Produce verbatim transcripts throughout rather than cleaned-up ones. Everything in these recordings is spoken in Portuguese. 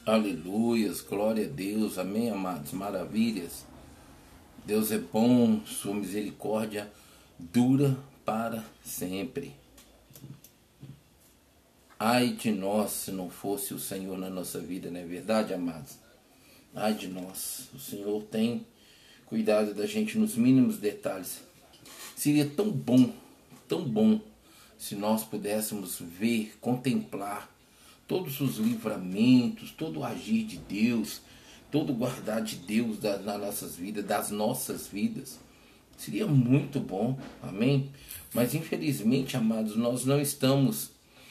Aleluias, glória a Deus, amém, amados, maravilhas. Deus é bom, sua misericórdia dura para sempre. Ai de nós se não fosse o Senhor na nossa vida, não é verdade, amados? Ai de nós, o Senhor tem cuidado da gente nos mínimos detalhes. Seria tão bom, tão bom, se nós pudéssemos ver, contemplar todos os livramentos, todo o agir de Deus, todo o guardar de Deus das, nas nossas vidas, das nossas vidas. Seria muito bom, amém? Mas infelizmente, amados, nós não estamos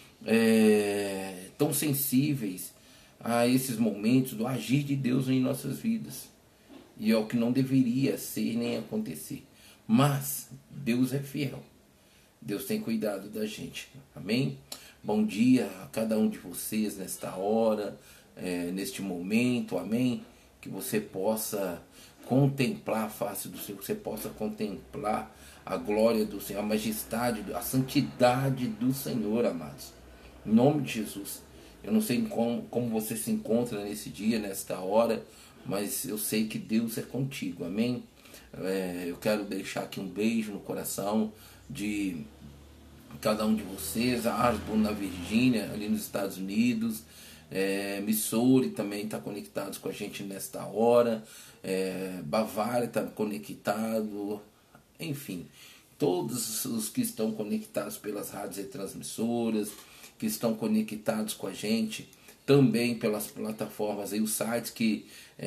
é, tão sensíveis a esses momentos do agir de Deus em nossas vidas. E é o que não deveria ser nem acontecer. Mas Deus é fiel. Deus tem cuidado da gente, amém? Bom dia a cada um de vocês nesta hora, é, neste momento, amém? Que você possa contemplar a face do Senhor, que você possa contemplar a glória do Senhor, a majestade, a santidade do Senhor, amados. Em nome de Jesus. Eu não sei como, como você se encontra nesse dia, nesta hora, mas eu sei que Deus é contigo, amém? É, eu quero deixar aqui um beijo no coração de cada um de vocês, a Asbo na Virgínia, ali nos Estados Unidos, é, Missouri também está conectado com a gente nesta hora, é, Bavária está conectado, enfim, todos os que estão conectados pelas rádios e transmissoras, que estão conectados com a gente, também pelas plataformas e os sites que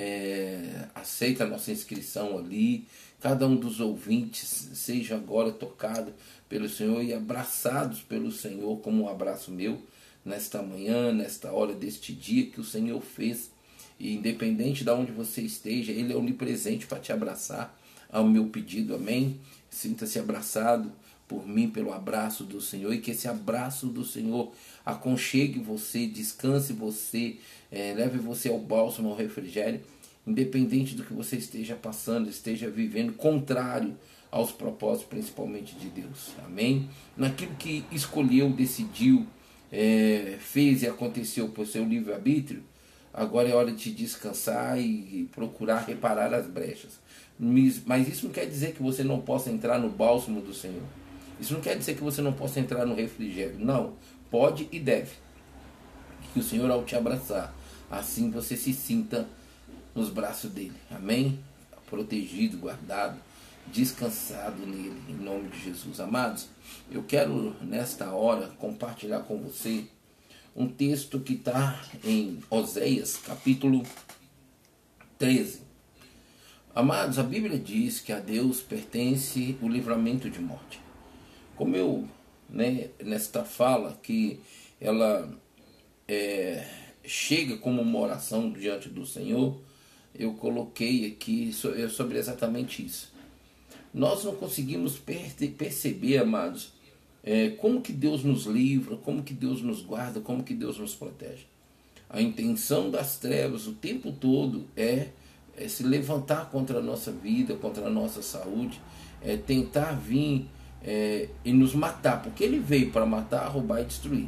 é, aceitam a nossa inscrição ali, cada um dos ouvintes seja agora tocado pelo Senhor e abraçados pelo Senhor, como um abraço meu, nesta manhã, nesta hora deste dia que o Senhor fez. E independente de onde você esteja, Ele é onipresente para te abraçar ao meu pedido, amém? Sinta-se abraçado por mim, pelo abraço do Senhor, e que esse abraço do Senhor aconchegue você, descanse você, é, leve você ao bálsamo, ao refrigério, independente do que você esteja passando, esteja vivendo, contrário aos propósitos, principalmente de Deus, amém? Naquilo que escolheu, decidiu, é, fez e aconteceu por seu livre-arbítrio, agora é hora de descansar e procurar reparar as brechas. Mas isso não quer dizer que você não possa entrar no bálsamo do Senhor. Isso não quer dizer que você não possa entrar no refrigério. Não, pode e deve. Que o Senhor, ao te abraçar, assim você se sinta nos braços dele, amém? Protegido, guardado, descansado nele, em nome de Jesus. Amados, eu quero nesta hora compartilhar com você um texto que está em Oséias, capítulo treze. Amados, a Bíblia diz que a Deus pertence o livramento de morte. Como eu, né, nesta fala, que ela é, chega como uma oração diante do Senhor, eu coloquei aqui sobre exatamente isso. Nós não conseguimos perceber, amados, é, como que Deus nos livra, como que Deus nos guarda, como que Deus nos protege. A intenção das trevas o tempo todo é, é se levantar contra a nossa vida, contra a nossa saúde, é tentar vir é, e nos matar, porque ele veio para matar, roubar e destruir.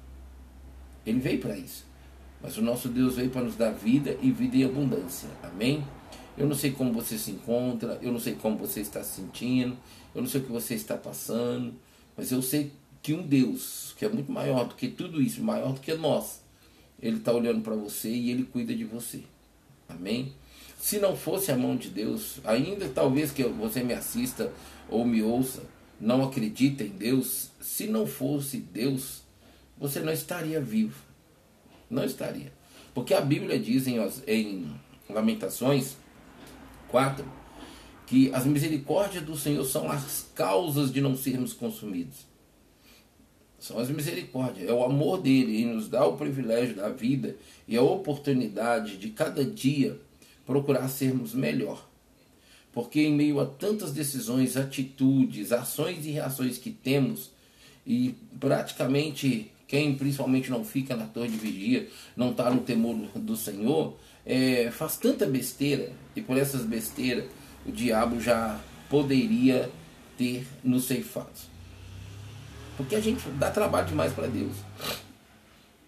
Ele veio para isso. Mas o nosso Deus veio para nos dar vida e vida em abundância. Amém? Eu não sei como você se encontra, eu não sei como você está se sentindo, eu não sei o que você está passando, mas eu sei que um Deus, que é muito maior do que tudo isso, maior do que nós, Ele está olhando para você e Ele cuida de você. Amém? Se não fosse a mão de Deus, ainda talvez que você me assista ou me ouça, não acredita em Deus, se não fosse Deus, você não estaria vivo. Não estaria. Porque a Bíblia diz em, em Lamentações quatro, que as misericórdias do Senhor são as causas de não sermos consumidos. São as misericórdias, é o amor dele, ele nos dá o privilégio da vida e a oportunidade de cada dia procurar sermos melhor. Porque em meio a tantas decisões, atitudes, ações e reações que temos, e praticamente quem principalmente não fica na torre de vigia, não está no temor do Senhor, é, faz tanta besteira, e por essas besteiras o diabo já poderia ter nos ceifado. Porque a gente dá trabalho demais para Deus.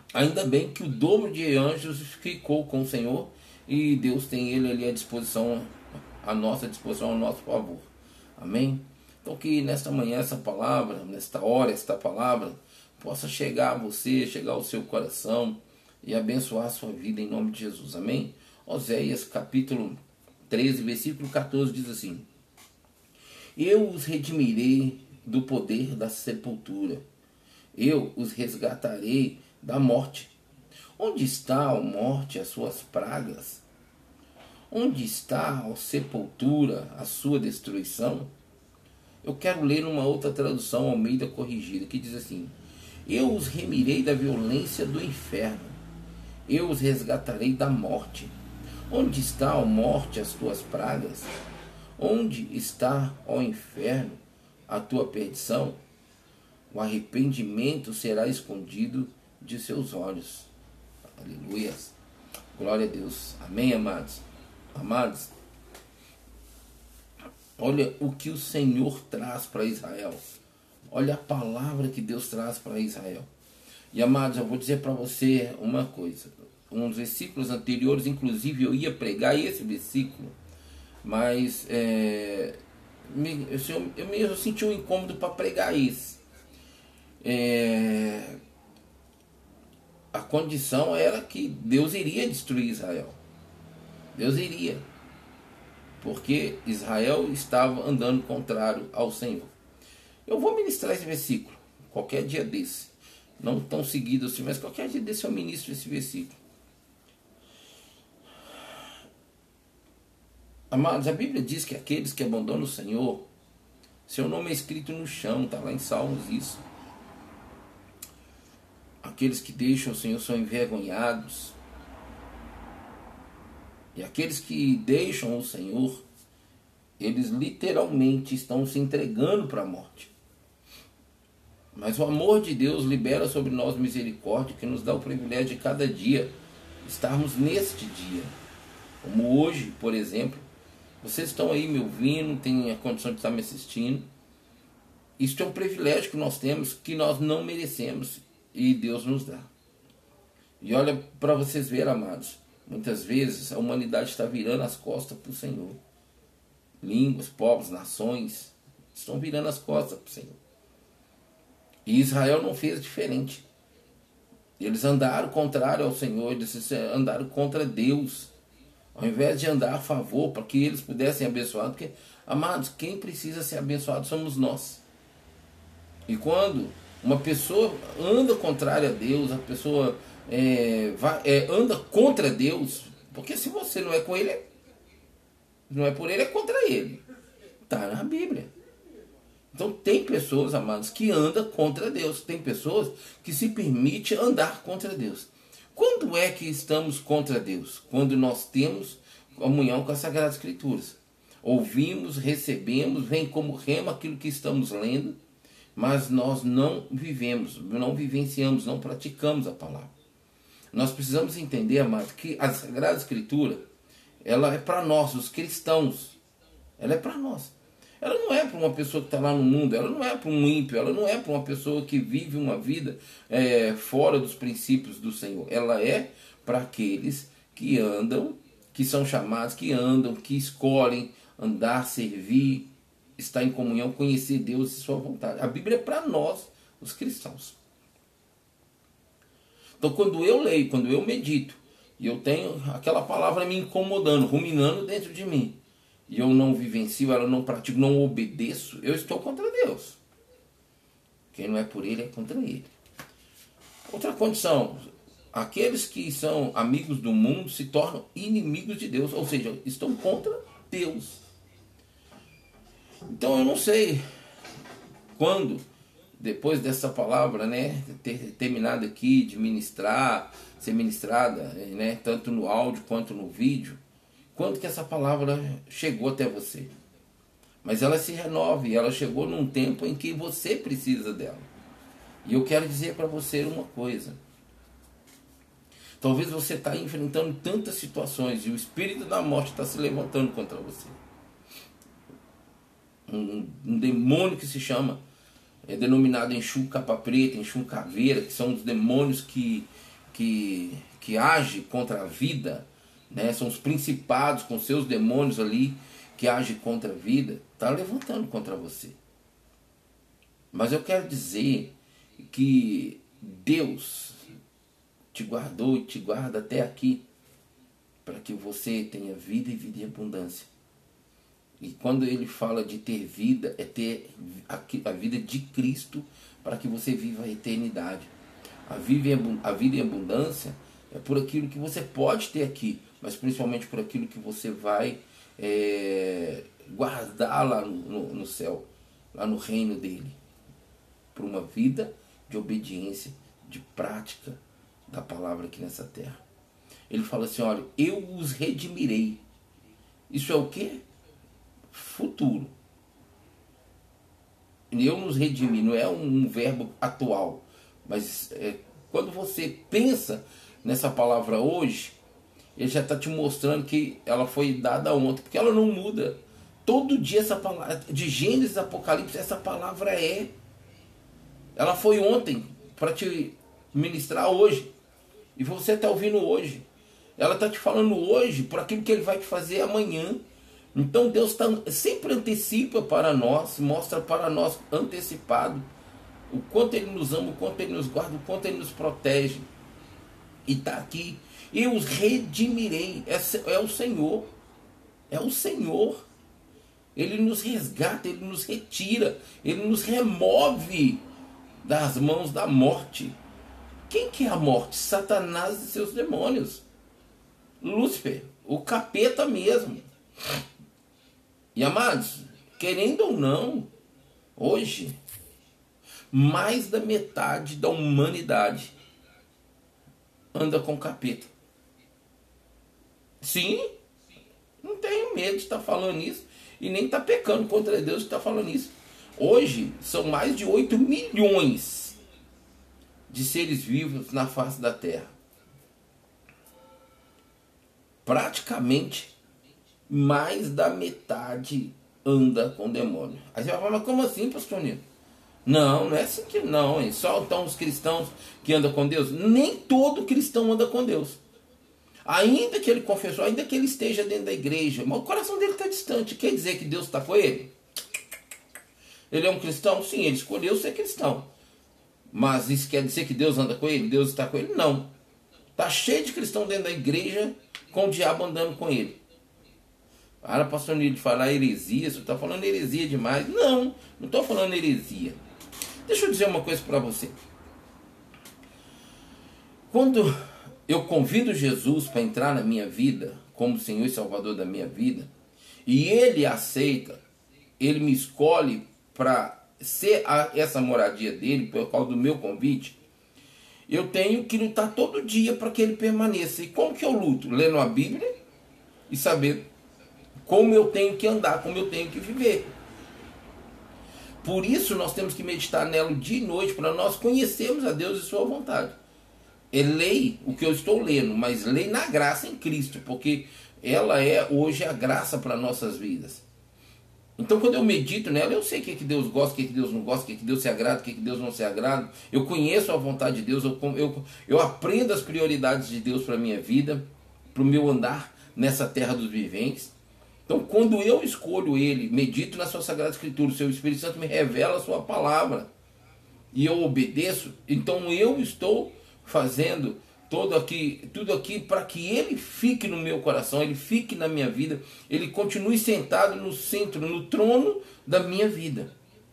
Ainda bem que o dobro de anjos ficou com o Senhor e Deus tem ele ali à disposição, à nossa disposição, ao nosso favor. Amém? Então que nesta manhã essa palavra, nesta hora esta palavra, possa chegar a você, chegar ao seu coração e abençoar a sua vida em nome de Jesus. Amém? Oséias capítulo treze, versículo quatorze diz assim: Eu os redimirei do poder da sepultura, eu os resgatarei da morte. Onde está, ó morte, as suas pragas? Onde está, ó sepultura, a sua destruição? Eu quero ler uma outra tradução, Almeida Corrigida, que diz assim: Eu os remirei da violência do inferno, eu os resgatarei da morte. Onde está, ó morte, as tuas pragas? Onde está, ó inferno, a tua perdição? O arrependimento será escondido de seus olhos. Aleluia. Glória a Deus. Amém, amados? Amados, olha o que o Senhor traz para Israel. Olha a palavra que Deus traz para Israel. E, amados, eu vou dizer para você uma coisa. Uns versículos anteriores, inclusive, eu ia pregar esse versículo, mas é, me, eu, eu mesmo senti um incômodo para pregar esse. É, a condição era que Deus iria destruir Israel. Deus iria. Porque Israel estava andando contrário ao Senhor. Eu vou ministrar esse versículo qualquer dia desse. Não tão seguido assim, mas qualquer dia desse eu ministro esse versículo. Amados, a Bíblia diz que aqueles que abandonam o Senhor, seu nome é escrito no chão, está lá em Salmos isso. Aqueles que deixam o Senhor são envergonhados. E aqueles que deixam o Senhor, eles literalmente estão se entregando para a morte. Mas o amor de Deus libera sobre nós misericórdia, que nos dá o privilégio de cada dia estarmos neste dia. Como hoje, por exemplo, vocês estão aí me ouvindo, têm a condição de estar me assistindo. Isso é um privilégio que nós temos, que nós não merecemos e Deus nos dá. E olha para vocês verem, amados, muitas vezes a humanidade está virando as costas para o Senhor. Línguas, povos, nações estão virando as costas para o Senhor. E Israel não fez diferente. Eles andaram contrário ao Senhor, eles andaram contra Deus, ao invés de andar a favor para que eles pudessem abençoar. Porque, amados, quem precisa ser abençoado somos nós. E quando uma pessoa anda contrária a Deus, a pessoa é, vai, é, anda contra Deus, porque se você não é com ele, não é por ele, é contra ele. Está na Bíblia. Então tem pessoas, amados, que andam contra Deus. Tem pessoas que se permitem andar contra Deus. Quando é que estamos contra Deus? Quando nós temos comunhão com as Sagradas Escrituras. Ouvimos, recebemos, vem como rema aquilo que estamos lendo, mas nós não vivemos, não vivenciamos, não praticamos a palavra. Nós precisamos entender, amados, que a Sagrada Escritura, ela é para nós, os cristãos. Ela é para nós. Ela não é para uma pessoa que está lá no mundo, ela não é para um ímpio, ela não é para uma pessoa que vive uma vida é, fora dos princípios do Senhor. Ela é para aqueles que andam, que são chamados, que andam, que escolhem andar, servir, estar em comunhão, conhecer Deus e sua vontade. A Bíblia é para nós, os cristãos. Então quando eu leio, quando eu medito, e eu tenho aquela palavra me incomodando, ruminando dentro de mim, e eu não vivencio, ela não pratico, não obedeço, eu estou contra Deus. Quem não é por ele é contra ele. Outra condição, aqueles que são amigos do mundo se tornam inimigos de Deus, ou seja, estão contra Deus. Então eu não sei quando, depois dessa palavra, né, ter terminado aqui de ministrar, ser ministrada, né, tanto no áudio quanto no vídeo, quando que essa palavra chegou até você? Mas ela se renova e ela chegou num tempo em que você precisa dela. E eu quero dizer para você uma coisa. Talvez você está enfrentando tantas situações e o espírito da morte está se levantando contra você. Um, um demônio que se chama, é denominado Exu Capa Preta, Exu Caveira, que são os demônios que que, que age contra a vida, né? São os principados com seus demônios ali que agem contra a vida, está levantando contra você. Mas eu quero dizer que Deus te guardou e te guarda até aqui para que você tenha vida e vida em abundância. E quando ele fala de ter vida, é ter a vida de Cristo para que você viva a eternidade. A vida em abundância é por aquilo que você pode ter aqui, mas principalmente por aquilo que você vai é, guardar lá no, no, no céu, lá no reino dele. Por uma vida de obediência, de prática da palavra aqui nessa terra. Ele fala assim, olha, eu os redimirei. Isso é o quê? Futuro. Eu nos redimir, não é um verbo atual, mas é, quando você pensa nessa palavra hoje, ele já está te mostrando que ela foi dada ontem, porque ela não muda. Todo dia essa palavra, de Gênesis a Apocalipse, essa palavra é. Ela foi ontem para te ministrar hoje. E você está ouvindo hoje. Ela está te falando hoje por aquilo que ele vai te fazer amanhã. Então Deus tá, sempre antecipa para nós, mostra para nós antecipado o quanto Ele nos ama, o quanto Ele nos guarda, o quanto Ele nos protege. E está aqui. Eu os redimirei. É, é o Senhor. É o Senhor. Ele nos resgata, Ele nos retira, Ele nos remove das mãos da morte. Quem que é a morte? Satanás e seus demônios. Lúcifer, o capeta mesmo. E amados, querendo ou não, hoje, mais da metade da humanidade anda com capeta. Sim, não tenho medo de estar falando isso e nem estar pecando contra Deus de estar falando isso. Hoje são mais de oito milhões de seres vivos na face da Terra. Praticamente mais da metade anda com demônio. Aí você vai falar, mas como assim, pastor Nilo? Não, não é assim que não. Hein? Só então os cristãos que andam com Deus? Nem todo cristão anda com Deus. Ainda que ele confessou, ainda que ele esteja dentro da igreja, mas o coração dele está distante. Quer dizer que Deus está com ele? Ele é um cristão? Sim, ele escolheu ser cristão. Mas isso quer dizer que Deus anda com ele? Deus está com ele? Não. Está cheio de cristão dentro da igreja com o diabo andando com ele. Para pastor Nilo de falar heresia, você está falando heresia demais. Não, não estou falando heresia. Deixa eu dizer uma coisa para você. Quando eu convido Jesus para entrar na minha vida, como Senhor e Salvador da minha vida, e Ele aceita, Ele me escolhe para ser a, essa moradia dele, por causa do meu convite, eu tenho que lutar todo dia para que ele permaneça. E como que eu luto? Lendo a Bíblia e saber como eu tenho que andar, como eu tenho que viver. Por isso nós temos que meditar nela dia e noite, para nós conhecermos a Deus e sua vontade. É lei o que eu estou lendo, mas lei na graça em Cristo, porque ela é hoje a graça para nossas vidas. Então quando eu medito nela, eu sei o que, que Deus gosta, o que, que Deus não gosta, o que, que Deus se agrada, o que, que Deus não se agrada. Eu conheço a vontade de Deus, eu, eu, eu aprendo as prioridades de Deus para a minha vida, para o meu andar nessa terra dos viventes. Então quando eu escolho Ele, medito na sua Sagrada Escritura, o seu Espírito Santo me revela a sua palavra, e eu obedeço, então eu estou fazendo todo aqui, tudo aqui para que Ele fique no meu coração, Ele fique na minha vida, Ele continue sentado no centro, no trono da minha vida.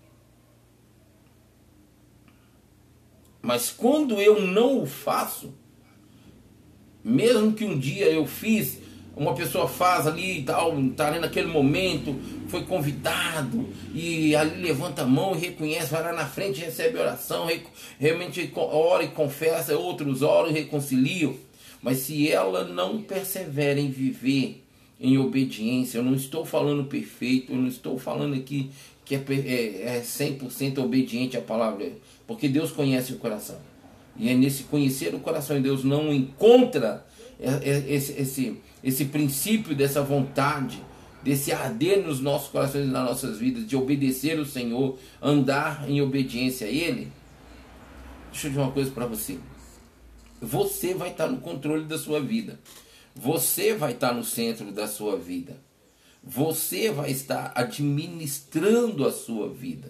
Mas quando eu não o faço, mesmo que um dia eu fiz, uma pessoa faz ali e tal, está ali naquele momento, foi convidado, e ali levanta a mão e reconhece, vai lá na frente, recebe oração, realmente ora e confessa, outros oram e reconciliam. Mas se ela não persevera em viver em obediência, eu não estou falando perfeito, eu não estou falando aqui que é, é, é cem por cento obediente à palavra, porque Deus conhece o coração. E é nesse conhecer o coração, e Deus não encontra esse, esse, esse princípio dessa vontade, desse arder nos nossos corações e nas nossas vidas, de obedecer o Senhor, andar em obediência a Ele. Deixa eu dizer uma coisa para você. Você vai estar no controle da sua vida. Você vai estar no centro da sua vida. Você vai estar administrando a sua vida.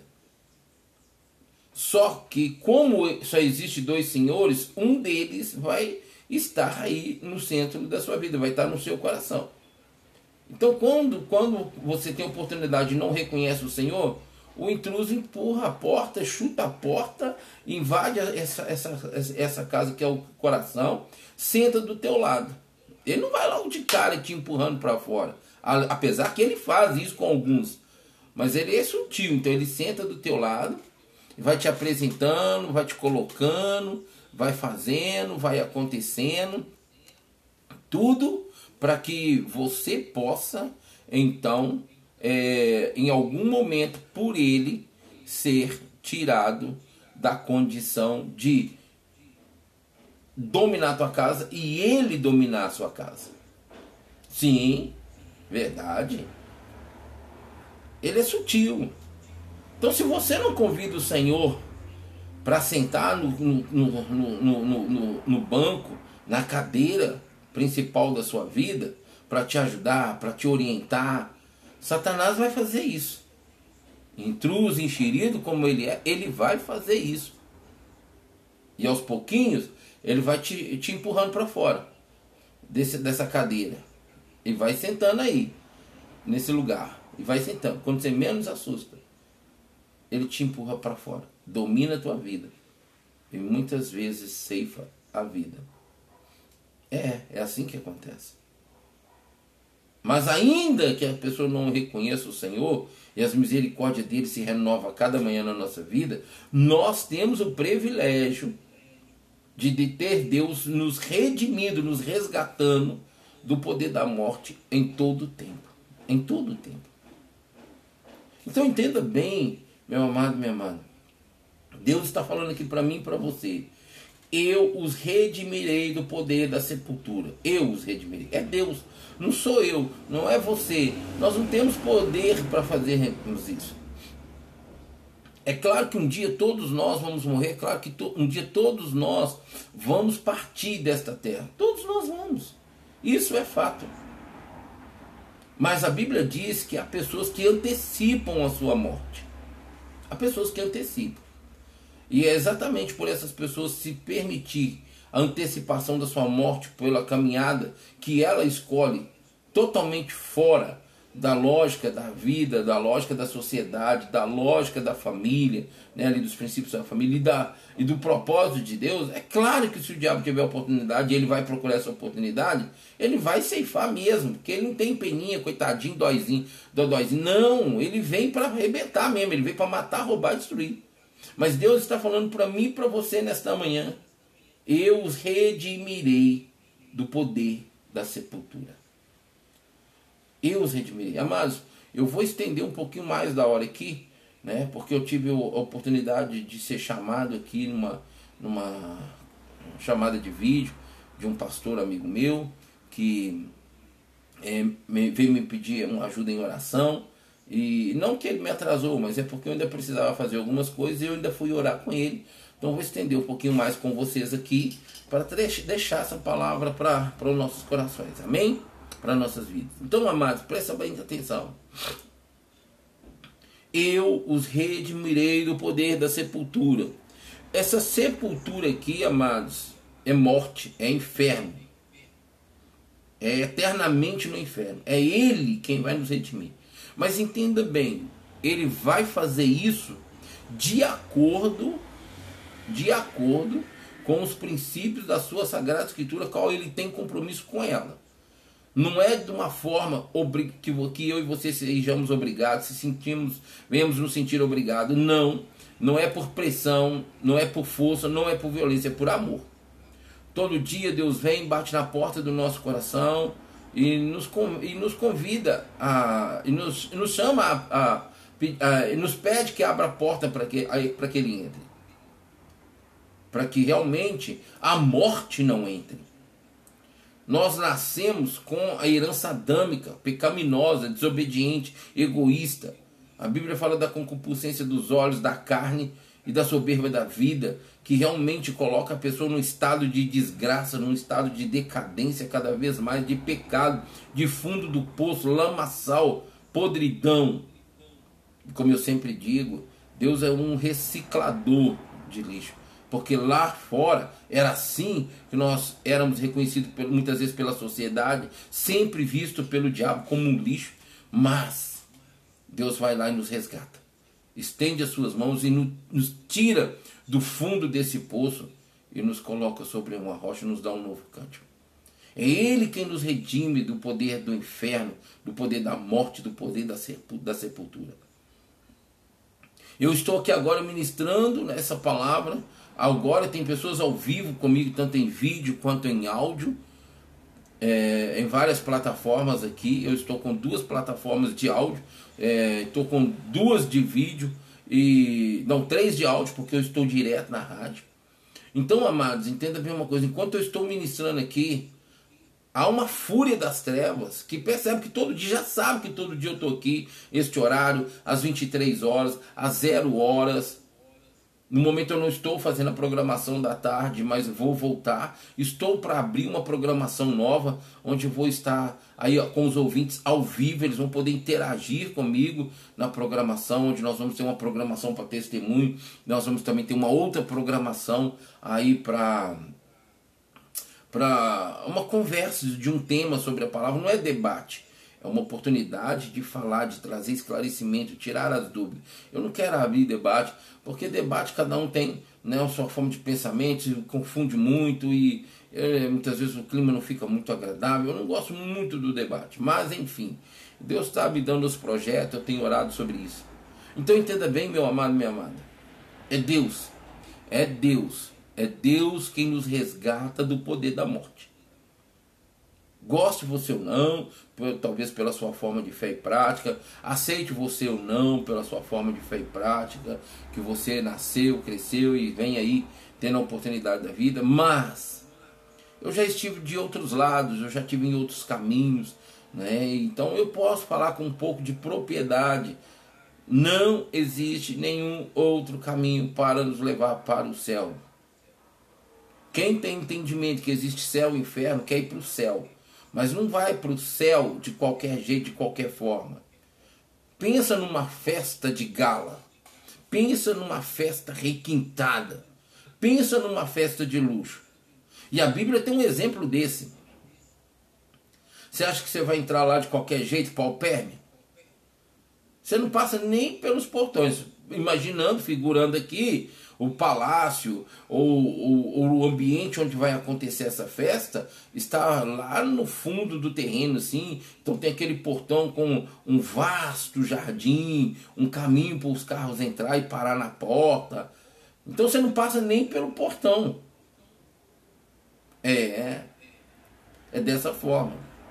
Só que como só existe dois senhores, um deles vai estar aí no centro da sua vida, vai estar no seu coração. Então quando, quando você tem a oportunidade e não reconhece o Senhor, o intruso empurra a porta, chuta a porta, invade essa, essa, essa casa que é o coração, senta do teu lado. Ele não vai logo de cara te empurrando para fora, apesar que ele faz isso com alguns, mas ele é sutil, então ele senta do teu lado, vai te apresentando, vai te colocando, vai fazendo, vai acontecendo, tudo para que você possa, então, é, em algum momento, por ele, ser tirado da condição de dominar a tua casa e ele dominar a sua casa. Sim, verdade. Ele é sutil. Então, se você não convida o Senhor para sentar no, no, no, no, no, no banco, na cadeira principal da sua vida, para te ajudar, para te orientar, Satanás vai fazer isso. Intruso, enxerido como ele é, ele vai fazer isso. E aos pouquinhos, ele vai te, te empurrando para fora desse, dessa cadeira. E vai sentando aí, nesse lugar. E vai sentando. Quando você menos assusta, ele te empurra para fora, domina a tua vida e muitas vezes ceifa a vida. É, é assim que acontece. Mas ainda que a pessoa não reconheça o Senhor e as misericórdias dele se renovam a cada manhã na nossa vida, nós temos o privilégio de ter Deus nos redimindo, nos resgatando do poder da morte em todo o tempo. Em todo o tempo. Então entenda bem, meu amado, minha amada. Deus está falando aqui para mim e para você. Eu os redimirei do poder da sepultura. Eu os redimirei. É Deus. Não sou eu. Não é você. Nós não temos poder para fazermos isso. É claro que um dia todos nós vamos morrer. É claro que to- um dia todos nós vamos partir desta terra. Todos nós vamos. Isso é fato. Mas a Bíblia diz que há pessoas que antecipam a sua morte. Há pessoas que antecipam. E é exatamente por essas pessoas se permitir a antecipação da sua morte pela caminhada que ela escolhe totalmente fora da lógica da vida, da lógica da sociedade, da lógica da família, né, ali dos princípios da família e, da, e do propósito de Deus. É claro que se o diabo tiver oportunidade, ele vai procurar essa oportunidade, ele vai ceifar mesmo, porque ele não tem peninha, coitadinho, dóizinho, dóizinho. Não, ele vem para arrebentar mesmo, ele vem para matar, roubar e destruir. Mas Deus está falando para mim e para você nesta manhã: eu os redimirei do poder da sepultura. Eu os redimirei. Amados, eu vou estender um pouquinho mais da hora aqui, né? Porque eu tive a oportunidade de ser chamado aqui numa, numa chamada de vídeo de um pastor amigo meu que é, me, veio me pedir uma ajuda em oração. E não que ele me atrasou, mas é porque eu ainda precisava fazer algumas coisas e eu ainda fui orar com ele. Então eu vou estender um pouquinho mais com vocês aqui para deixar essa palavra para os nossos corações. Amém? Para nossas vidas. Então, amados, presta bem atenção. Eu os redimirei do poder da sepultura. Essa sepultura aqui, amados, é morte, é inferno. É eternamente no inferno. É Ele quem vai nos redimir. Mas entenda bem, Ele vai fazer isso de acordo, de acordo com os princípios da sua Sagrada Escritura, qual Ele tem compromisso com ela. Não é de uma forma que eu e você sejamos obrigados, se sentimos, venhamos nos sentir obrigados. Não, não é por pressão, não é por força, não é por violência, é por amor. Todo dia Deus vem, bate na porta do nosso coração e nos, e nos convida, a, e nos, nos chama, a, a, a, e nos pede que abra a porta para que, para que Ele entre. Para que realmente a morte não entre. Nós nascemos com a herança adâmica, pecaminosa, desobediente, egoísta. A Bíblia fala da concupiscência dos olhos, da carne e da soberba da vida, que realmente coloca a pessoa num estado de desgraça, num estado de decadência cada vez mais, de pecado, de fundo do poço, lamaçal, podridão. Como eu sempre digo, Deus é um reciclador de lixo, porque lá fora era assim que nós éramos reconhecidos muitas vezes pela sociedade, sempre visto pelo diabo como um lixo, mas Deus vai lá e nos resgata, estende as suas mãos e nos tira do fundo desse poço e nos coloca sobre uma rocha e nos dá um novo cântico. É Ele quem nos redime do poder do inferno, do poder da morte, do poder da sepultura. Eu estou aqui agora ministrando essa palavra. Agora tem pessoas ao vivo comigo, tanto em vídeo quanto em áudio, é, em várias plataformas aqui. Eu estou com duas plataformas de áudio, é, estou com duas de vídeo, e não, três de áudio, porque eu estou direto na rádio. Então, amados, entenda bem uma coisa: enquanto eu estou ministrando aqui, há uma fúria das trevas que percebe que todo dia, já sabe que todo dia eu estou aqui, este horário, às vinte e três horas, às zero horas. No momento eu não estou fazendo a programação da tarde, mas vou voltar. Estou para abrir uma programação nova, onde vou estar aí com os ouvintes ao vivo. Eles vão poder interagir comigo na programação, onde nós vamos ter uma programação para testemunho. Nós vamos também ter uma outra programação aí para... para uma conversa de um tema sobre a palavra. Não é debate, é uma oportunidade de falar, de trazer esclarecimento, tirar as dúvidas. Eu não quero abrir debate, porque debate cada um tem, né, a sua forma de pensamento, confunde muito e é, muitas vezes o clima não fica muito agradável. Eu não gosto muito do debate, mas enfim, Deus está me dando os projetos, eu tenho orado sobre isso. Então entenda bem, meu amado, minha amada, é Deus, é Deus, é Deus quem nos resgata do poder da morte. Goste você ou não, talvez pela sua forma de fé e prática, aceite você ou não pela sua forma de fé e prática, que você nasceu, cresceu e vem aí tendo a oportunidade da vida, mas eu já estive de outros lados, eu já estive em outros caminhos, né? Então eu posso falar com um pouco de propriedade. Não existe nenhum outro caminho para nos levar para o céu. Quem tem entendimento que existe céu e inferno quer ir para o céu, mas não vai para o céu de qualquer jeito, de qualquer forma. Pensa numa festa de gala, pensa numa festa requintada, pensa numa festa de luxo. E a Bíblia tem um exemplo desse. Você acha que você vai entrar lá de qualquer jeito, pauperme? Você não passa nem pelos portões. Imaginando, figurando aqui, o palácio ou, ou, ou o ambiente onde vai acontecer essa festa está lá no fundo do terreno, assim. Então tem aquele portão com um vasto jardim, um caminho para os carros entrar e parar na porta. Então você não passa nem pelo portão. É, é dessa forma.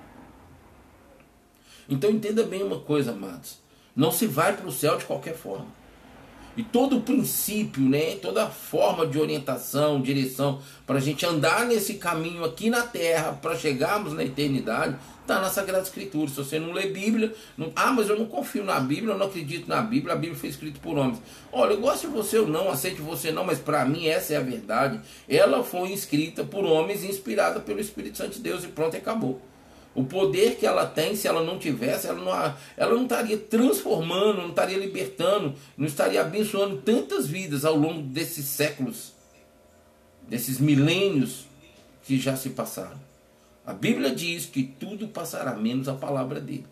Então entenda bem uma coisa, amados. Não se vai para o céu de qualquer forma. E todo o princípio, né, toda a forma de orientação, direção, para a gente andar nesse caminho aqui na terra, para chegarmos na eternidade, está na Sagrada Escritura. Se você não lê Bíblia, não, ah, mas eu não confio na Bíblia, eu não acredito na Bíblia, a Bíblia foi escrita por homens. Olha, eu gosto de você ou não, aceite você não, mas para mim essa é a verdade. Ela foi escrita por homens e inspirada pelo Espírito Santo de Deus e pronto, acabou. O poder que ela tem, se ela não tivesse, ela não, ela não estaria transformando, não estaria libertando, não estaria abençoando tantas vidas ao longo desses séculos, desses milênios que já se passaram. A Bíblia diz que tudo passará, menos a palavra dele.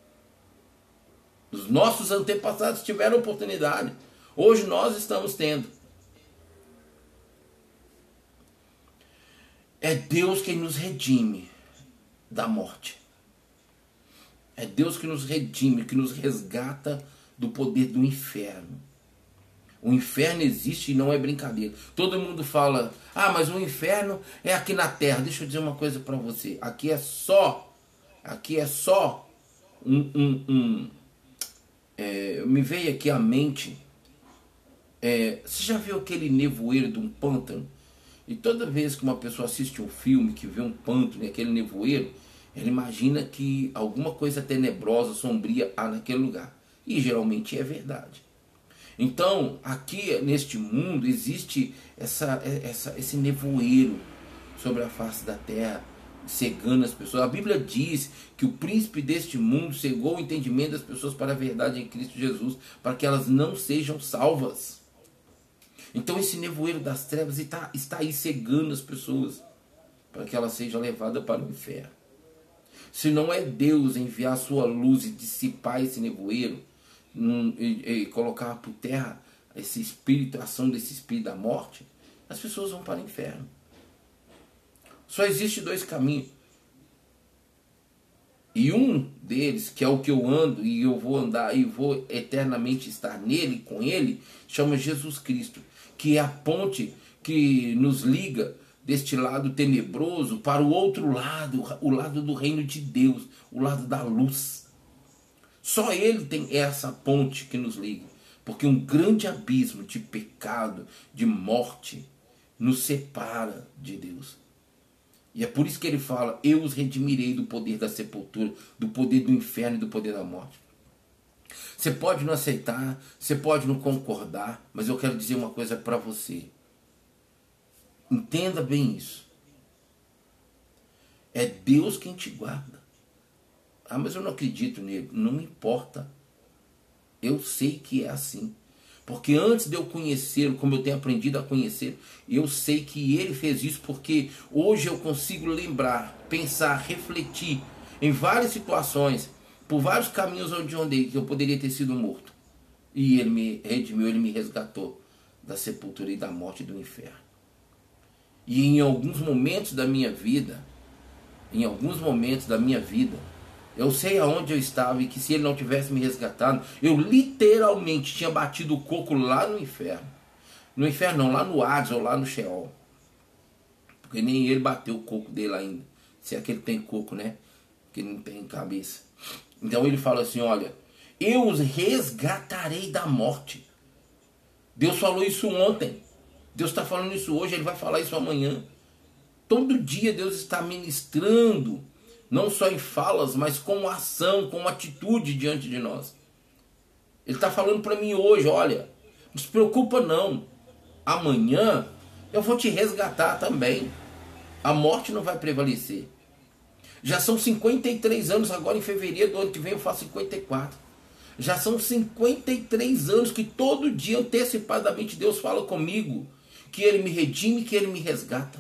Os nossos antepassados tiveram oportunidade, hoje nós estamos tendo. É Deus quem nos redime da morte. É Deus que nos redime, que nos resgata do poder do inferno. O inferno existe e não é brincadeira. Todo mundo fala, ah, mas o inferno é aqui na terra. Deixa eu dizer uma coisa para você. Aqui é só, aqui é só um... um, um é, me veio aqui à mente, é, você já viu aquele nevoeiro de um pântano? E toda vez que uma pessoa assiste um filme, que vê um pântano e aquele nevoeiro, ela imagina que alguma coisa tenebrosa, sombria há naquele lugar. E geralmente é verdade. Então, aqui neste mundo existe essa, essa, esse nevoeiro sobre a face da terra, cegando as pessoas. A Bíblia diz que o príncipe deste mundo cegou o entendimento das pessoas para a verdade em Cristo Jesus, para que elas não sejam salvas. Então esse nevoeiro das trevas está, está aí cegando as pessoas, para que elas sejam levadas para o inferno. Se não é Deus enviar a sua luz e dissipar esse nevoeiro, um, e, e colocar por terra esse espírito, a ação desse espírito da morte, as pessoas vão para o inferno. Só existe dois caminhos. E um deles, que é o que eu ando, e eu vou andar e vou eternamente estar nele, com ele, chama Jesus Cristo, que é a ponte que nos liga deste lado tenebroso para o outro lado, o lado do reino de Deus, o lado da luz. Só ele tem essa ponte que nos liga, porque um grande abismo de pecado, de morte, nos separa de Deus. E é por isso que ele fala: eu os redimirei do poder da sepultura, do poder do inferno e do poder da morte. Você pode não aceitar, você pode não concordar, mas eu quero dizer uma coisa para você. Entenda bem isso. É Deus quem te guarda. Ah, mas eu não acredito nele. Não me importa. Eu sei que é assim. Porque antes de eu conhecê-lo, como eu tenho aprendido a conhecer, eu sei que ele fez isso, porque hoje eu consigo lembrar, pensar, refletir em várias situações, por vários caminhos onde eu andei, que eu poderia ter sido morto. E ele me redimiu, ele me resgatou da sepultura e da morte e do inferno. E em alguns momentos da minha vida, em alguns momentos da minha vida, eu sei aonde eu estava, e que se ele não tivesse me resgatado, eu literalmente tinha batido o coco lá no inferno. No inferno não, lá no Hades ou lá no Sheol. Porque nem ele bateu o coco dele ainda. Se é que ele tem coco, né? Porque ele não tem cabeça. Então ele fala assim: olha, eu os resgatarei da morte. Deus falou isso ontem. Deus está falando isso hoje, ele vai falar isso amanhã. Todo dia Deus está ministrando, não só em falas, mas com ação, com atitude diante de nós. Ele está falando para mim hoje: olha, não se preocupa não, amanhã eu vou te resgatar também. A morte não vai prevalecer. Já são cinquenta e três anos, agora em fevereiro do ano que vem eu faço cinquenta e quatro. Já são cinquenta e três anos que todo dia antecipadamente Deus fala comigo, que ele me redime, que ele me resgata.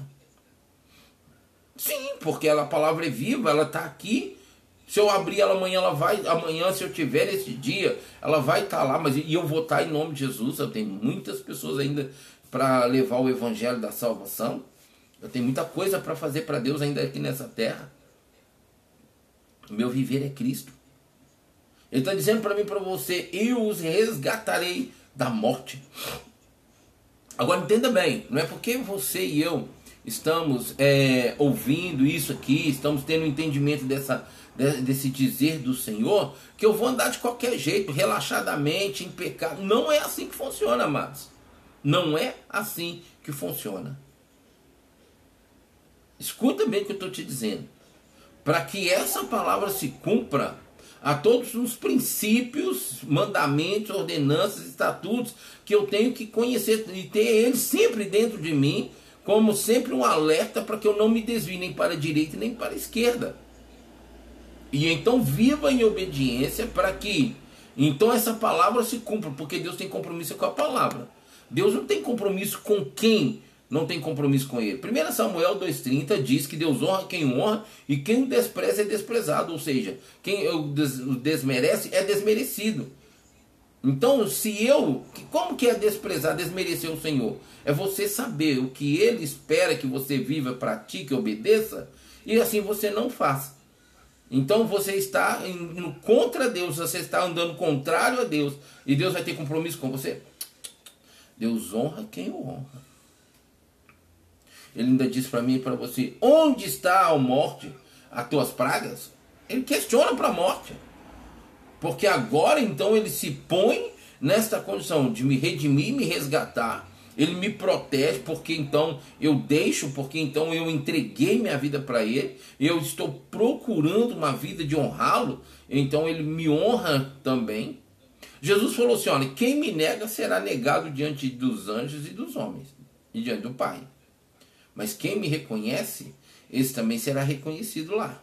Sim, porque ela, a palavra é viva, ela está aqui. Se eu abrir ela amanhã, ela vai, amanhã, se eu tiver esse dia, ela vai estar lá, mas e eu vou estar em nome de Jesus. Eu tenho muitas pessoas ainda para levar o evangelho da salvação. Eu tenho muita coisa para fazer para Deus ainda aqui nessa terra. O meu viver é Cristo. Ele está dizendo para mim e para você: eu os resgatarei da morte. Agora entenda bem, não é porque você e eu estamos é, ouvindo isso aqui, estamos tendo um entendimento dessa, desse dizer do Senhor, que eu vou andar de qualquer jeito, relaxadamente, em pecado. Não é assim que funciona, amados. Não é assim que funciona. Escuta bem o que eu estou te dizendo. Para que essa palavra se cumpra, a todos os princípios, mandamentos, ordenanças, estatutos que eu tenho que conhecer e ter eles sempre dentro de mim, como sempre um alerta para que eu não me desvie nem para a direita nem para a esquerda. E então viva em obediência para que então essa palavra se cumpra, porque Deus tem compromisso com a palavra. Deus não tem compromisso com quem não tem compromisso com ele. primeiro Samuel dois e trinta diz que Deus honra quem honra e quem o despreza é desprezado. Ou seja, quem o desmerece é desmerecido. Então, se eu... Como que é desprezar, desmerecer o Senhor? É você saber o que Ele espera que você viva, pratique, obedeça, e assim você não faça. Então você está indo contra Deus, você está andando contrário a Deus, e Deus vai ter compromisso com você? Deus honra quem o honra. Ele ainda diz para mim e para você: onde está a morte, as tuas pragas? Ele questiona para a morte. Porque agora então ele se põe nesta condição de me redimir, me resgatar. Ele me protege, porque então eu deixo, porque então eu entreguei minha vida para ele. Eu estou procurando uma vida de honrá-lo, então ele me honra também. Jesus falou assim, olha, quem me nega será negado diante dos anjos e dos homens, e diante do Pai. Mas quem me reconhece, esse também será reconhecido lá.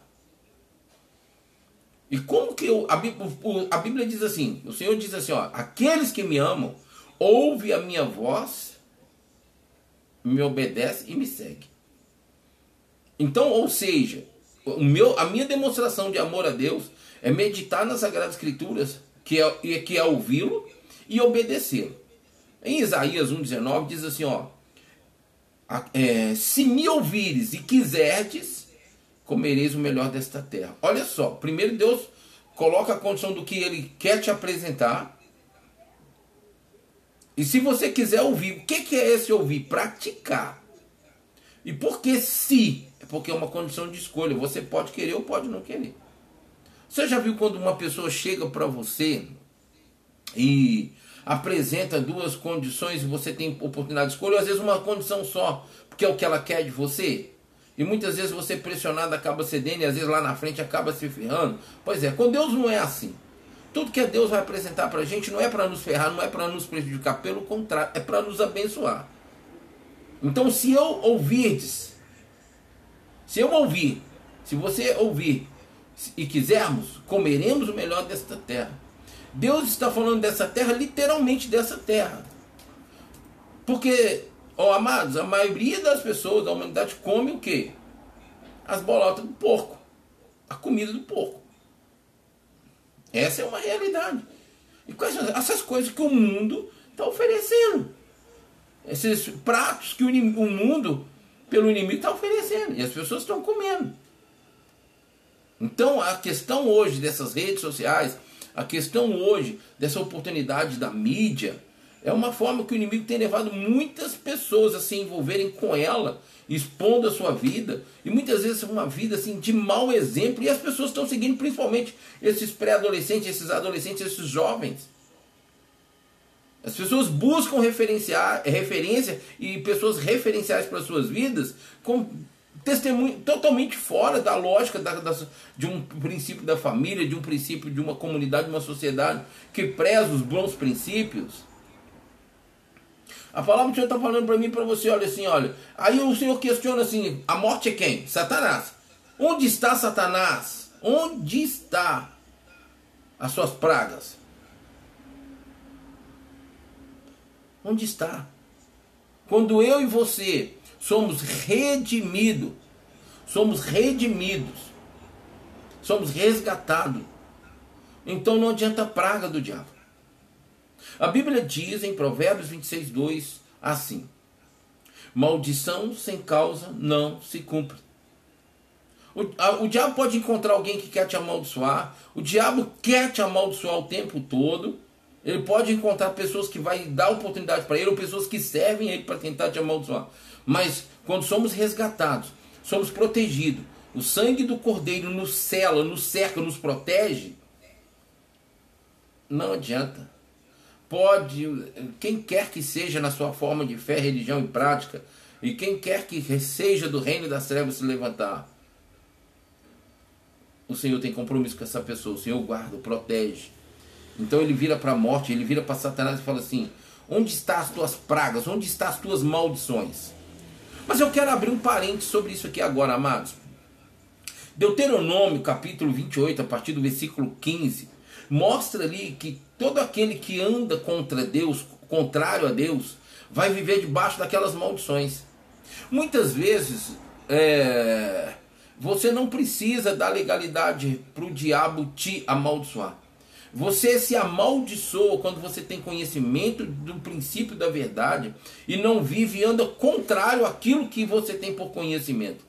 E como que eu, a, Bíblia, a Bíblia diz assim, o Senhor diz assim, ó, aqueles que me amam, ouvem a minha voz, me obedecem e me seguem. Então, ou seja, o meu, a minha demonstração de amor a Deus é meditar nas Sagradas Escrituras, que é, que é ouvi-lo e obedecê-lo. Em Isaías um, dezenove diz assim, ó, é, se me ouvires e quiserdes, comereis o melhor desta terra. Olha só, primeiro Deus coloca a condição do que Ele quer te apresentar. E se você quiser ouvir, o que é esse ouvir? Praticar. E por que se? É porque é uma condição de escolha. Você pode querer ou pode não querer. Você já viu quando uma pessoa chega para você e apresenta duas condições e você tem oportunidade de escolha, ou às vezes uma condição só, porque é o que ela quer de você? E muitas vezes você pressionado acaba cedendo e às vezes lá na frente acaba se ferrando. Pois é, com Deus não é assim. Tudo que Deus vai apresentar para a gente não é para nos ferrar, não é para nos prejudicar, pelo contrário, é para nos abençoar. Então, se eu ouvirdes, se eu ouvir, se você ouvir e quisermos, comeremos o melhor desta terra. Deus está falando dessa terra, literalmente dessa terra. Porque, ó, amados, a maioria das pessoas da humanidade come o quê? As bolotas do porco, a comida do porco. Essa é uma realidade. E quais são essas coisas que o mundo está oferecendo? Esses pratos que o, o mundo, pelo inimigo, está oferecendo. E as pessoas estão comendo. Então, a questão hoje dessas redes sociais, a questão hoje dessa oportunidade da mídia, é uma forma que o inimigo tem levado muitas pessoas a se envolverem com ela, expondo a sua vida, e muitas vezes uma vida assim, de mau exemplo, e as pessoas estão seguindo principalmente esses pré-adolescentes, esses adolescentes, esses jovens. As pessoas buscam referenciar, referência e pessoas referenciais para as suas vidas com testemunho totalmente fora da lógica da, da, de um princípio da família, de um princípio de uma comunidade, de uma sociedade que preza os bons princípios. A palavra do Senhor está falando para mim e para você, olha assim, olha. Aí o Senhor questiona assim, a morte é quem? Satanás. Onde está Satanás? Onde está as suas pragas? Onde está? Quando eu e você somos redimidos, somos redimidos, somos resgatados, então não adianta a praga do diabo. A Bíblia diz em Provérbios vinte e seis, dois, assim: maldição sem causa não se cumpre. O, a, o diabo pode encontrar alguém que quer te amaldiçoar, o diabo quer te amaldiçoar o tempo todo. Ele pode encontrar pessoas que vai dar oportunidade para ele, ou pessoas que servem ele para tentar te amaldiçoar. Mas quando somos resgatados, somos protegidos, o sangue do Cordeiro nos sela, nos cerca, nos protege, não adianta. Pode, quem quer que seja na sua forma de fé, religião e prática, e quem quer que seja do reino das trevas se levantar, o Senhor tem compromisso com essa pessoa, o Senhor guarda, protege. Então ele vira para a morte, ele vira para Satanás e fala assim: onde estão as tuas pragas? Onde estão as tuas maldições? Mas eu quero abrir um parênteses sobre isso aqui agora, amados. Deuteronômio capítulo vinte e oito, a partir do versículo quinze, mostra ali que todo aquele que anda contra Deus, contrário a Deus, vai viver debaixo daquelas maldições. Muitas vezes é, você não precisa dar legalidade para o diabo te amaldiçoar. Você se amaldiçoa quando você tem conhecimento do princípio da verdade e não vive e anda contrário àquilo que você tem por conhecimento.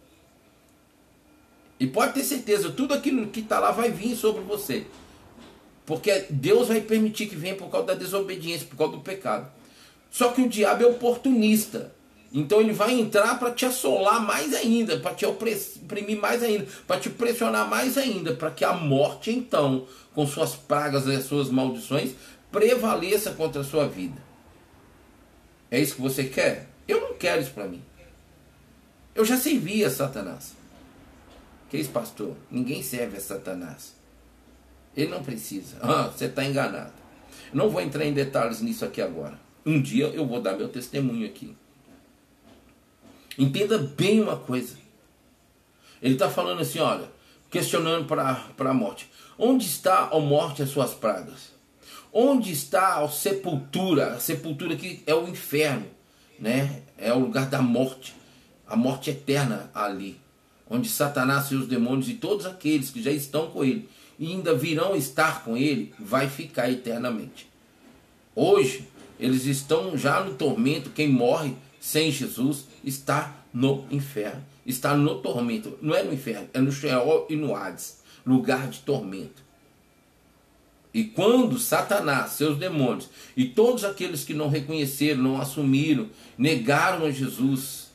E pode ter certeza, tudo aquilo que está lá vai vir sobre você. Porque Deus vai permitir que venha por causa da desobediência, por causa do pecado. Só que o diabo é oportunista. Então ele vai entrar para te assolar mais ainda, para te oprimir mais ainda, para te pressionar mais ainda, para que a morte então, com suas pragas e as suas maldições, prevaleça contra a sua vida. É isso que você quer? Eu não quero isso para mim. Eu já servi a Satanás. Que isso, pastor? Ninguém serve a Satanás. Ele não precisa. Ah, você está enganado. Não vou entrar em detalhes nisso aqui agora. Um dia eu vou dar meu testemunho aqui. Entenda bem uma coisa. Ele está falando assim, olha, questionando para a morte. Onde está, ó morte, as suas pragas? Onde está a sepultura? A sepultura que é o inferno, né? É o lugar da morte. A morte eterna ali. Onde Satanás, seus demônios e todos aqueles que já estão com ele e ainda virão estar com ele, vai ficar eternamente. Hoje, eles estão já no tormento. Quem morre sem Jesus está no inferno. Está no tormento. Não é no inferno, é no Sheol e no Hades. Lugar de tormento. E quando Satanás, seus demônios e todos aqueles que não reconheceram, não assumiram, negaram a Jesus,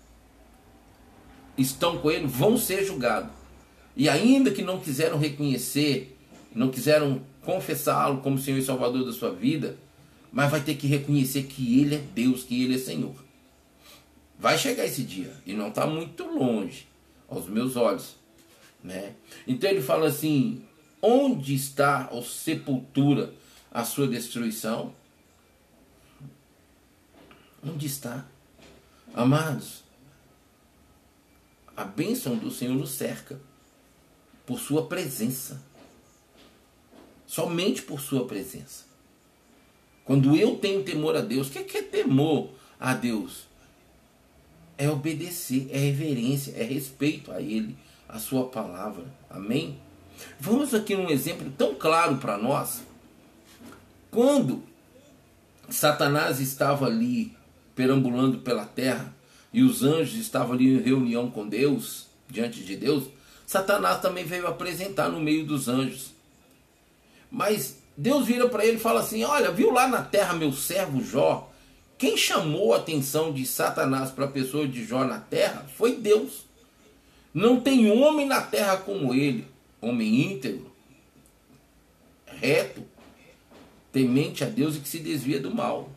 estão com ele, vão ser julgados. E ainda que não quiseram reconhecer, não quiseram confessá-lo como Senhor e Salvador da sua vida, mas vai ter que reconhecer que ele é Deus, que ele é Senhor. Vai chegar esse dia, e não está muito longe, aos meus olhos, né? Então ele fala assim, onde está a sepultura, a sua destruição? Onde está? Amados, a bênção do Senhor nos cerca, por sua presença, somente por sua presença. Quando eu tenho temor a Deus, o que é temor a Deus? É obedecer, é reverência, é respeito a Ele, a sua palavra. Amém? Vamos aqui num exemplo tão claro para nós. Quando Satanás estava ali perambulando pela terra e os anjos estavam ali em reunião com Deus, diante de Deus, Satanás também veio apresentar no meio dos anjos. Mas Deus vira para ele e fala assim, olha, viu lá na terra meu servo Jó? Quem chamou a atenção de Satanás para a pessoa de Jó na terra foi Deus. Não tem homem na terra como ele, homem íntegro, reto, temente a Deus e que se desvia do mal.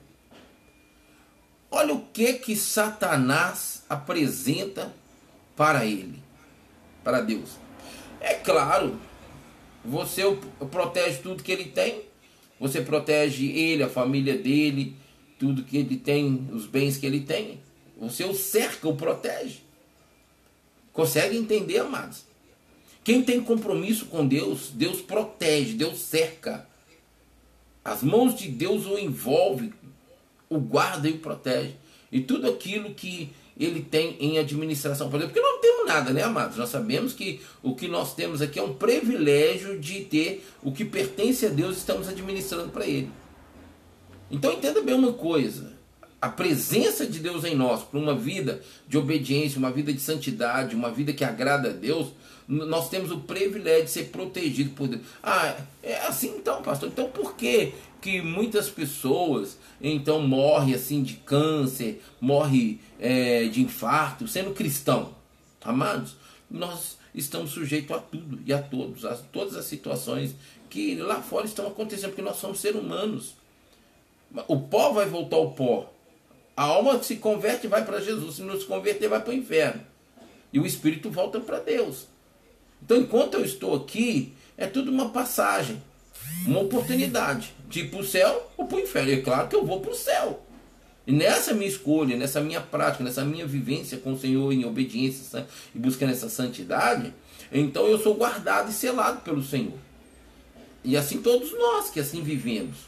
Olha o que que Satanás apresenta para ele, para Deus. É claro, você protege tudo que ele tem, você protege ele, a família dele, tudo que ele tem, os bens que ele tem, você o cerca, o protege. Consegue entender, amados? Quem tem compromisso com Deus, Deus protege, Deus cerca. As mãos de Deus o envolvem, o guarda e o protege. E tudo aquilo que ele tem em administração. Porque nós não temos nada, né, amados? Nós sabemos que o que nós temos aqui é um privilégio de ter o que pertence a Deus e estamos administrando para ele. Então entenda bem uma coisa. A presença de Deus em nós, para uma vida de obediência, uma vida de santidade, uma vida que agrada a Deus, nós temos o privilégio de ser protegido por Deus. Ah, é assim então, pastor. Então por que que muitas pessoas então morrem assim de câncer, morrem é, de infarto, sendo cristão? Amados, nós estamos sujeitos a tudo e a todos, a todas as situações que lá fora estão acontecendo, porque nós somos seres humanos. O pó vai voltar ao pó. A alma que se converte vai para Jesus. Se não se converter, vai para o inferno. E o espírito volta para Deus. Então, enquanto eu estou aqui, é tudo uma passagem, uma oportunidade de ir para o céu ou para o inferno. E é claro que eu vou para o céu. E nessa minha escolha, nessa minha prática, nessa minha vivência com o Senhor em obediência e buscando essa santidade, então eu sou guardado e selado pelo Senhor. E assim todos nós que assim vivemos.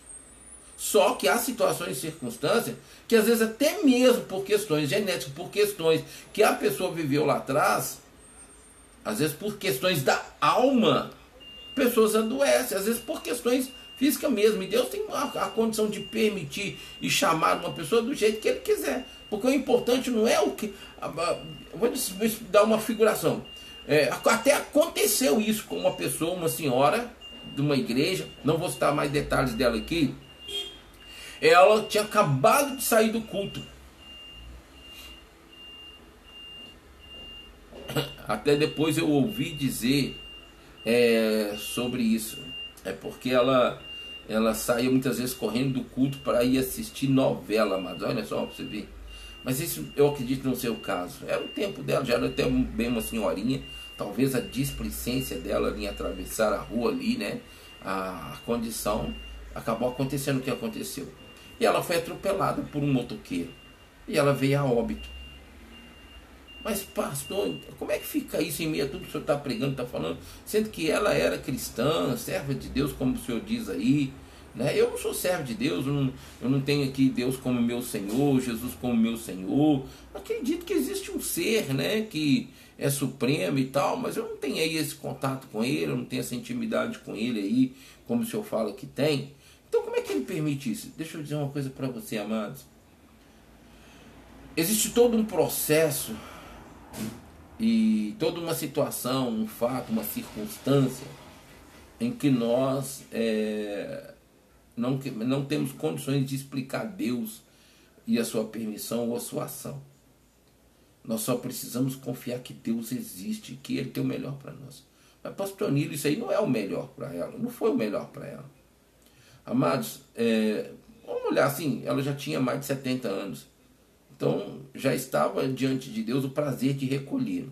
Só que há situações e circunstâncias que às vezes até mesmo por questões genéticas, por questões que a pessoa viveu lá atrás, às vezes por questões da alma, pessoas adoecem, às vezes por questões físicas mesmo. E Deus tem a, a condição de permitir e chamar uma pessoa do jeito que Ele quiser. Porque o importante não é o que... Vou dar uma figuração. É, até aconteceu isso com uma pessoa, uma senhora de uma igreja, não vou citar mais detalhes dela aqui. Ela tinha acabado de sair do culto. Até depois eu ouvi dizer é, sobre isso. É porque ela, ela saía muitas vezes correndo do culto para ir assistir novela, mas olha só para você ver. Mas isso eu acredito não ser o caso. Era o tempo dela, já era até bem uma senhorinha. Talvez a displicência dela em atravessar a rua ali, né? A, a condição acabou acontecendo o que aconteceu. E ela foi atropelada por um motoqueiro. E ela veio a óbito. Mas pastor, como é que fica isso em meio a tudo que o senhor está pregando, está falando? Sendo que ela era cristã, serva de Deus, como o senhor diz aí. Né? Eu não sou servo de Deus, eu não, eu não tenho aqui Deus como meu Senhor, Jesus como meu Senhor. Acredito que existe um ser, né, que é supremo e tal, mas eu não tenho aí esse contato com ele, eu não tenho essa intimidade com ele aí, como o senhor fala que tem. Então como é que ele permite isso? Deixa eu dizer uma coisa para você, amados. Existe todo um processo e toda uma situação, um fato, uma circunstância em que nós é, não, não temos condições de explicar Deus e a sua permissão ou a sua ação. Nós só precisamos confiar que Deus existe, que Ele tem o melhor para nós. Mas pastor Nilo, isso aí não é o melhor para ela, não foi o melhor para ela. Amados, é, vamos olhar assim, ela já tinha mais de setenta anos. Então já estava diante de Deus o prazer de recolhê-lo.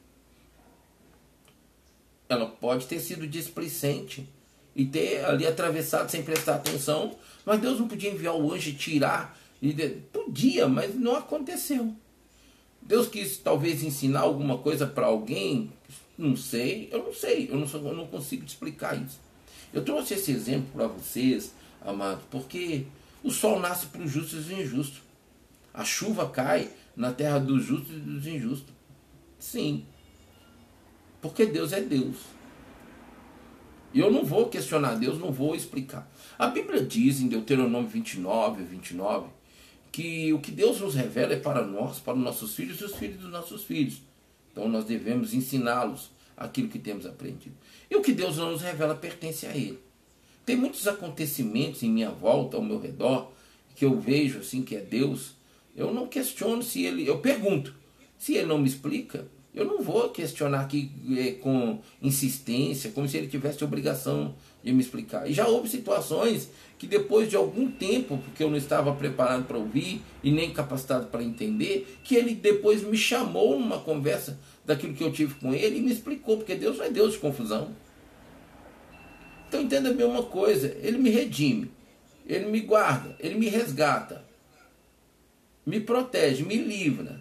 Ela pode ter sido displicente e ter ali atravessado sem prestar atenção, mas Deus não podia enviar o anjo e tirar. Podia, mas não aconteceu. Deus quis talvez ensinar alguma coisa para alguém, não sei, eu não sei, eu não, sou, eu não consigo te explicar isso. Eu trouxe esse exemplo para vocês, amados, porque o sol nasce para os justos e os injustos. A chuva cai na terra dos justos e dos injustos. Sim. Porque Deus é Deus. E eu não vou questionar Deus, não vou explicar. A Bíblia diz em Deuteronômio vinte e nove, vinte e nove, que o que Deus nos revela é para nós, para os nossos filhos e os filhos dos nossos filhos. Então nós devemos ensiná-los aquilo que temos aprendido. E o que Deus não nos revela pertence a Ele. Tem muitos acontecimentos em minha volta, ao meu redor, que eu vejo assim que é Deus. Eu não questiono se Ele... Eu pergunto. Se Ele não me explica, eu não vou questionar aqui é, com insistência, como se Ele tivesse obrigação de me explicar. E já houve situações que depois de algum tempo, porque eu não estava preparado para ouvir e nem capacitado para entender, que Ele depois me chamou numa conversa daquilo que eu tive com Ele e me explicou, porque Deus não é Deus de confusão. Então entenda bem uma coisa, Ele me redime, Ele me guarda, Ele me resgata, me protege, me livra.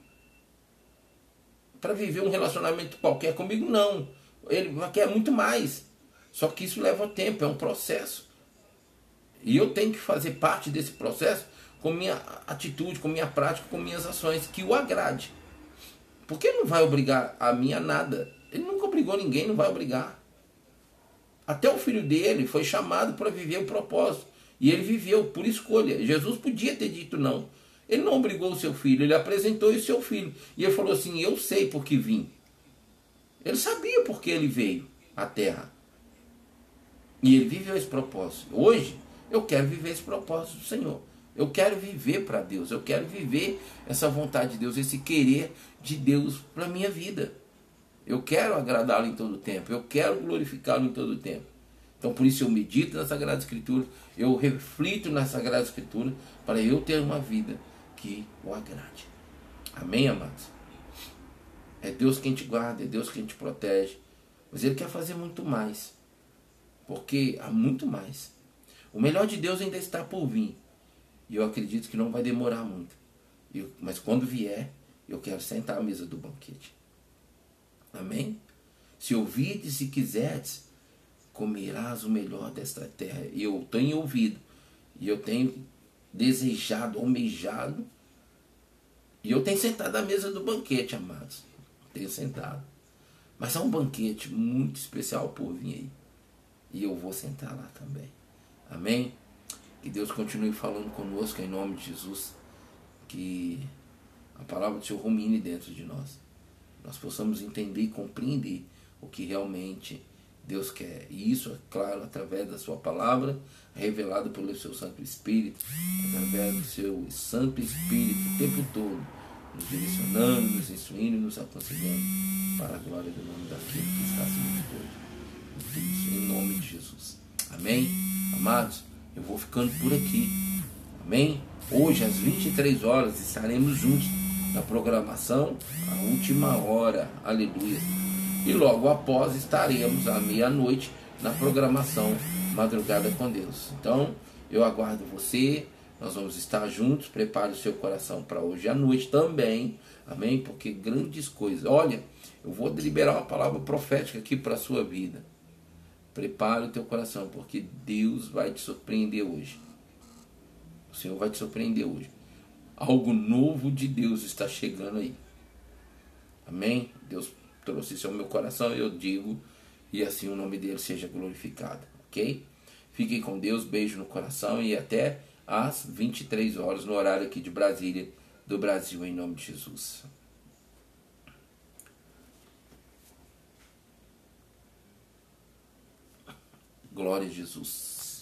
Para viver um relacionamento qualquer comigo, não. Ele quer muito mais. Só que isso leva tempo, é um processo. E eu tenho que fazer parte desse processo com minha atitude, com minha prática, com minhas ações, que o agrade. Porque ele não vai obrigar a mim a nada. Ele nunca obrigou ninguém, não vai obrigar. Até o filho dele foi chamado para viver o propósito. E ele viveu por escolha. Jesus podia ter dito não. Ele não obrigou o seu filho, ele apresentou o seu filho. E ele falou assim, eu sei por que vim. Ele sabia por que ele veio à terra. E ele viveu esse propósito. Hoje, eu quero viver esse propósito do Senhor. Eu quero viver para Deus. Eu quero viver essa vontade de Deus, esse querer de Deus para a minha vida. Eu quero agradá-lo em todo o tempo. Eu quero glorificá-lo em todo o tempo. Então, por isso eu medito na Sagrada Escritura. Eu reflito na Sagrada Escritura para eu ter uma vida que o agrade. Amém, amados? É Deus quem te guarda, é Deus quem te protege. Mas Ele quer fazer muito mais. Porque há muito mais. O melhor de Deus ainda está por vir. E eu acredito que não vai demorar muito. Eu, mas quando vier, eu quero sentar à mesa do banquete. Amém? Se ouvides e quiserdes, comerás o melhor desta terra. E eu tenho ouvido. E eu tenho desejado, almejado. E eu tenho sentado à mesa do banquete, amados. Tenho sentado. Mas há um banquete muito especial por vir aí. E eu vou sentar lá também. Amém? Que Deus continue falando conosco em nome de Jesus. Que a palavra do Senhor rumine dentro de nós. Nós possamos entender e compreender o que realmente Deus quer. E isso, é claro, através da sua palavra, revelada pelo seu Santo Espírito, através do seu Santo Espírito o tempo todo, nos direcionando, nos instruindo e nos aconselhando para a glória do nome daquele que está acima de todos. Isso, em nome de Jesus. Amém? Amados, eu vou ficando por aqui. Amém? Hoje, às vinte e três horas, estaremos juntos na programação, a última hora. Aleluia. E logo após estaremos à meia-noite na programação Madrugada com Deus. Então, eu aguardo você. Nós vamos estar juntos. Prepare o seu coração para hoje à noite também. Amém? Porque grandes coisas. Olha, eu vou liberar uma palavra profética aqui para a sua vida. Prepare o teu coração, porque Deus vai te surpreender hoje. O Senhor vai te surpreender hoje. Algo novo de Deus está chegando aí. Amém? Deus trouxe isso ao meu coração, eu digo, e assim o nome dele seja glorificado. Ok? Fiquem com Deus, beijo no coração e até às vinte e três horas, no horário aqui de Brasília, do Brasil, em nome de Jesus. Glória a Jesus.